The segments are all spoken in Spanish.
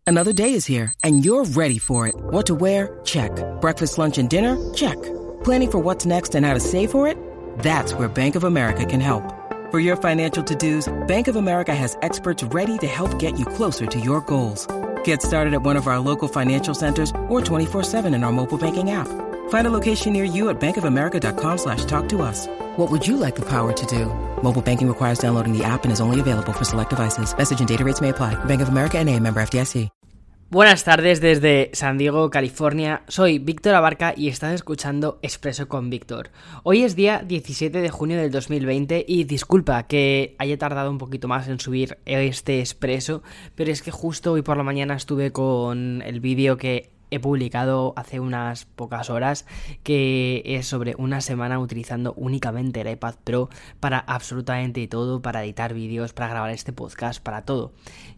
Another day is here, and you're ready for it. What to wear? Check. Breakfast, lunch, and dinner? Check. Planning for what's next and how to save for it? That's where Bank of America can help. For your financial to-dos, Bank of America has experts ready to help get you closer to your goals. Get started at one of our local financial centers or 24/7 in our mobile banking app. Find a location near you at bankofamerica.com/talktous. What would you like the power to do? Mobile banking requires downloading the app and is only available for select devices. Message and data rates may apply. Bank of America N.A., member FDIC. Buenas tardes desde San Diego, California. Soy Víctor Abarca y estás escuchando Expreso con Víctor. Hoy es día 17 de junio del 2020 y disculpa que haya tardado un poquito más en subir este expreso, pero es que justo hoy por la mañana estuve con el vídeo que he publicado hace unas pocas horas, que es sobre una semana utilizando únicamente el iPad Pro para absolutamente todo, para editar vídeos, para grabar este podcast, para todo.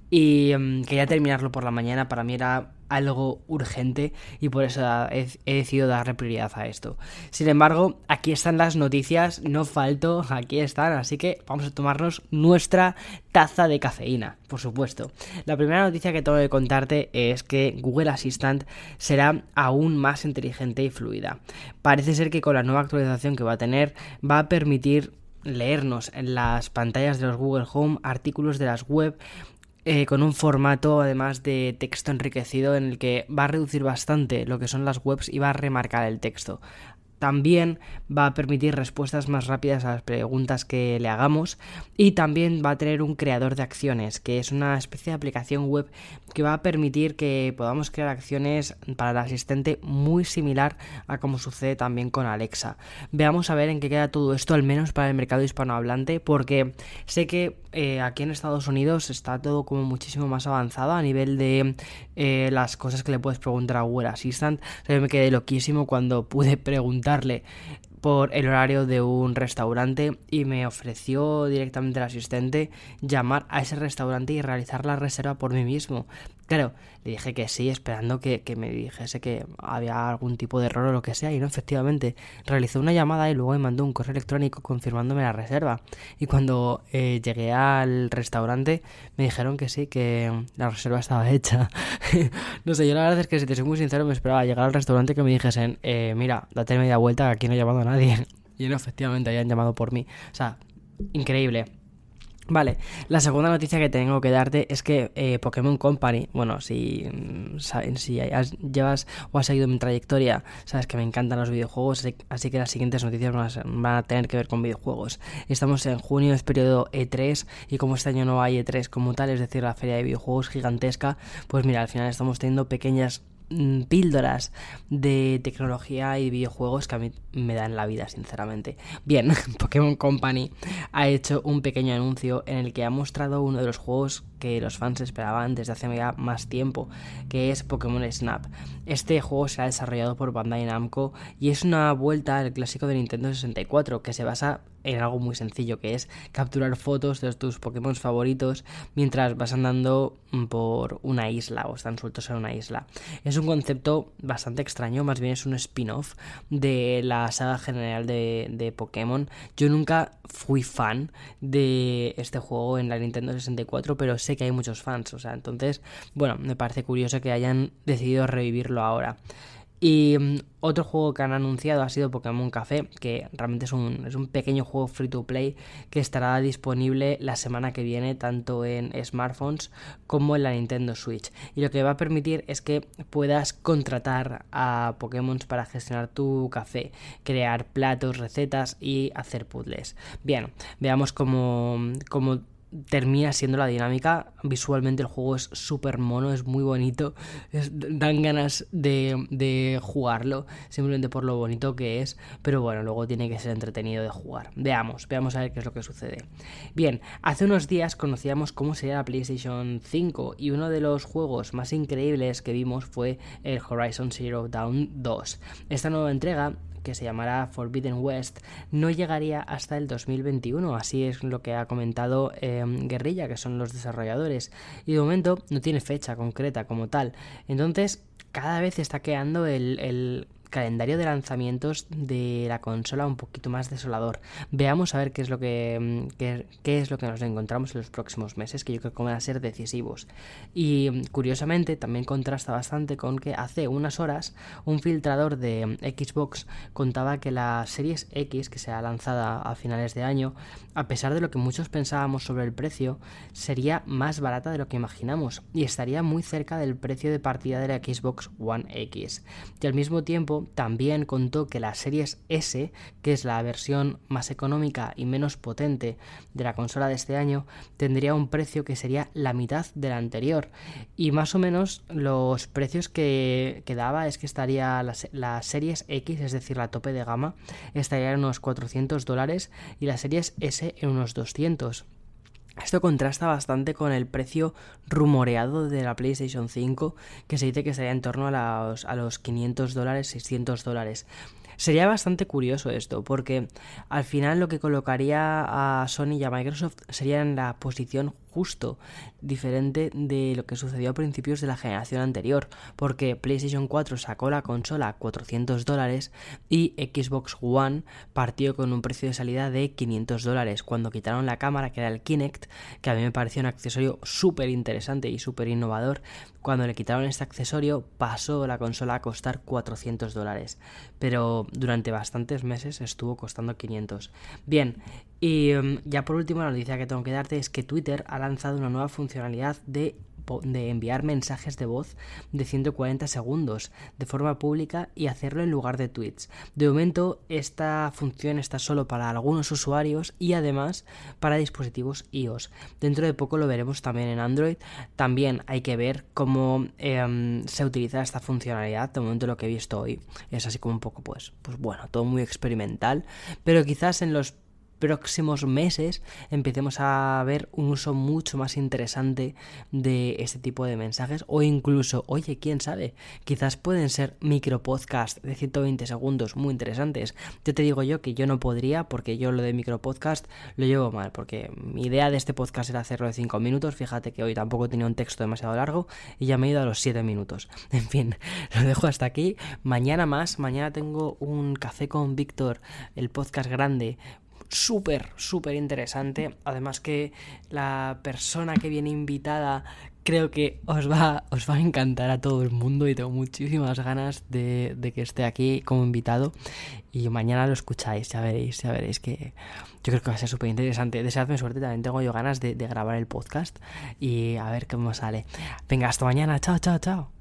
Y quería terminarlo por la mañana, para mí era algo urgente y por eso he decidido darle prioridad a esto. Sin embargo, aquí están las noticias, no falto, aquí están, así que vamos a tomarnos nuestra taza de cafeína, por supuesto. La primera noticia que tengo que contarte es que Google Assistant será aún más inteligente y fluida. Parece ser que con la nueva actualización que va a tener, va a permitir leernos en las pantallas de los Google Home artículos de las web, con un formato además de texto enriquecido en el que va a reducir bastante lo que son las webs y va a remarcar el texto. También va a permitir respuestas más rápidas a las preguntas que le hagamos y también va a tener un creador de acciones, que es una especie de aplicación web que va a permitir que podamos crear acciones para el asistente muy similar a como sucede también con Alexa. Veamos a ver en qué queda todo esto, al menos para el mercado hispanohablante, porque sé que aquí en Estados Unidos está todo como muchísimo más avanzado a nivel de las cosas que le puedes preguntar a Google Assistant. Yo me quedé loquísimo cuando pude preguntarle por el horario de un restaurante y me ofreció directamente el asistente llamar a ese restaurante y realizar la reserva por mí mismo. Claro, le dije que sí, esperando que me dijese que había algún tipo de error o lo que sea, y no, efectivamente, realizó una llamada y luego me mandó un correo electrónico confirmándome la reserva. Y cuando llegué al restaurante me dijeron que sí, que la reserva estaba hecha. No sé, yo la verdad es que, si te soy muy sincero, me esperaba llegar al restaurante que me dijesen, mira, date media vuelta, que aquí no ha llamado a nadie. Y no, efectivamente, habían llamado por mí. O sea, increíble. Vale, la segunda noticia que tengo que darte es que Pokémon Company, bueno, si llevas o has seguido mi trayectoria, sabes que me encantan los videojuegos, así que las siguientes noticias van a tener que ver con videojuegos. Estamos en junio, es periodo E3, y como este año no hay E3 como tal, es decir, la feria de videojuegos gigantesca, pues mira, al final estamos teniendo pequeñas píldoras de tecnología y videojuegos que a mí me dan la vida, sinceramente. Bien, Pokémon Company ha hecho un pequeño anuncio en el que ha mostrado uno de los juegos que los fans esperaban desde hace ya más tiempo, que es Pokémon Snap. Este juego será desarrollado por Bandai Namco y es una vuelta al clásico de Nintendo 64, que se basa en algo muy sencillo, que es capturar fotos de tus Pokémon favoritos mientras vas andando por una isla o están sueltos en una isla. Es un concepto bastante extraño, más bien es un spin-off de la saga general de Pokémon. Yo nunca fui fan de este juego en la Nintendo 64, pero sé que hay muchos fans, o sea, entonces, bueno, me parece curioso que hayan decidido revivirlo ahora. Y otro juego que han anunciado ha sido Pokémon Café, que realmente es un pequeño juego free to play que estará disponible la semana que viene tanto en smartphones como en la Nintendo Switch. Y lo que va a permitir es que puedas contratar a Pokémon para gestionar tu café, crear platos, recetas y hacer puzzles. Bien, veamos cómo termina siendo la dinámica. Visualmente el juego es súper mono, es muy bonito, dan ganas de jugarlo simplemente por lo bonito que es, pero bueno, luego tiene que ser entretenido de jugar. Veamos a ver qué es lo que sucede. Bien, hace unos días conocíamos cómo sería la PlayStation 5 y uno de los juegos más increíbles que vimos fue el Horizon Zero Dawn 2. Esta nueva entrega, que se llamará Forbidden West, no llegaría hasta el 2021, así es lo que ha comentado Guerrilla, que son los desarrolladores, y de momento no tiene fecha concreta como tal. Entonces cada vez está quedando el calendario de lanzamientos de la consola un poquito más desolador. Veamos a ver qué es lo que nos encontramos en los próximos meses, que yo creo que van a ser decisivos. Y curiosamente también contrasta bastante con que hace unas horas un filtrador de Xbox contaba que la Series X, que será lanzada a finales de año, a pesar de lo que muchos pensábamos sobre el precio, sería más barata de lo que imaginamos y estaría muy cerca del precio de partida de la Xbox One X. Y al mismo tiempo también contó que la Series S, que es la versión más económica y menos potente de la consola de este año, tendría un precio que sería la mitad de la anterior. Y más o menos los precios que daba es que estaría la Series X, es decir, la tope de gama, estaría en unos $400 y la Series S en unos 200. Esto contrasta bastante con el precio rumoreado de la PlayStation 5, que se dice que estaría en torno a los $500, $600. Sería bastante curioso esto, porque al final lo que colocaría a Sony y a Microsoft sería en la posición justo diferente de lo que sucedió a principios de la generación anterior, porque PlayStation 4 sacó la consola a $400 y Xbox One partió con un precio de salida de $500 cuando quitaron la cámara, que era el Kinect, que a mí me pareció un accesorio súper interesante y súper innovador. Cuando le quitaron este accesorio pasó la consola a costar $400, pero durante bastantes meses estuvo costando 500. Bien, y ya por último la noticia que tengo que darte es que Twitter ha lanzado una nueva funcionalidad de enviar mensajes de voz de 140 segundos de forma pública y hacerlo en lugar de tweets. De momento esta función está solo para algunos usuarios y además para dispositivos iOS. Dentro de poco lo veremos también en Android. También hay que ver cómo se utiliza esta funcionalidad. De momento lo que he visto hoy es así como un poco pues bueno, todo muy experimental, pero quizás en los próximos meses empecemos a ver un uso mucho más interesante de este tipo de mensajes, o incluso, oye, quién sabe, quizás pueden ser micropodcasts de 120 segundos muy interesantes. Yo te digo yo que yo no podría, porque yo lo de micropodcast lo llevo mal, porque mi idea de este podcast era hacerlo de 5 minutos, fíjate que hoy tampoco tenía un texto demasiado largo y ya me he ido a los 7 minutos. En fin, lo dejo hasta aquí. Mañana tengo un café con Víctor, el podcast grande, súper interesante. Además que la persona que viene invitada creo que os va a encantar a todo el mundo y tengo muchísimas ganas de que esté aquí como invitado, y mañana lo escucháis, ya veréis que yo creo que va a ser súper interesante. Deseadme suerte, también tengo yo ganas de grabar el podcast y a ver cómo sale. Venga, hasta mañana, chao.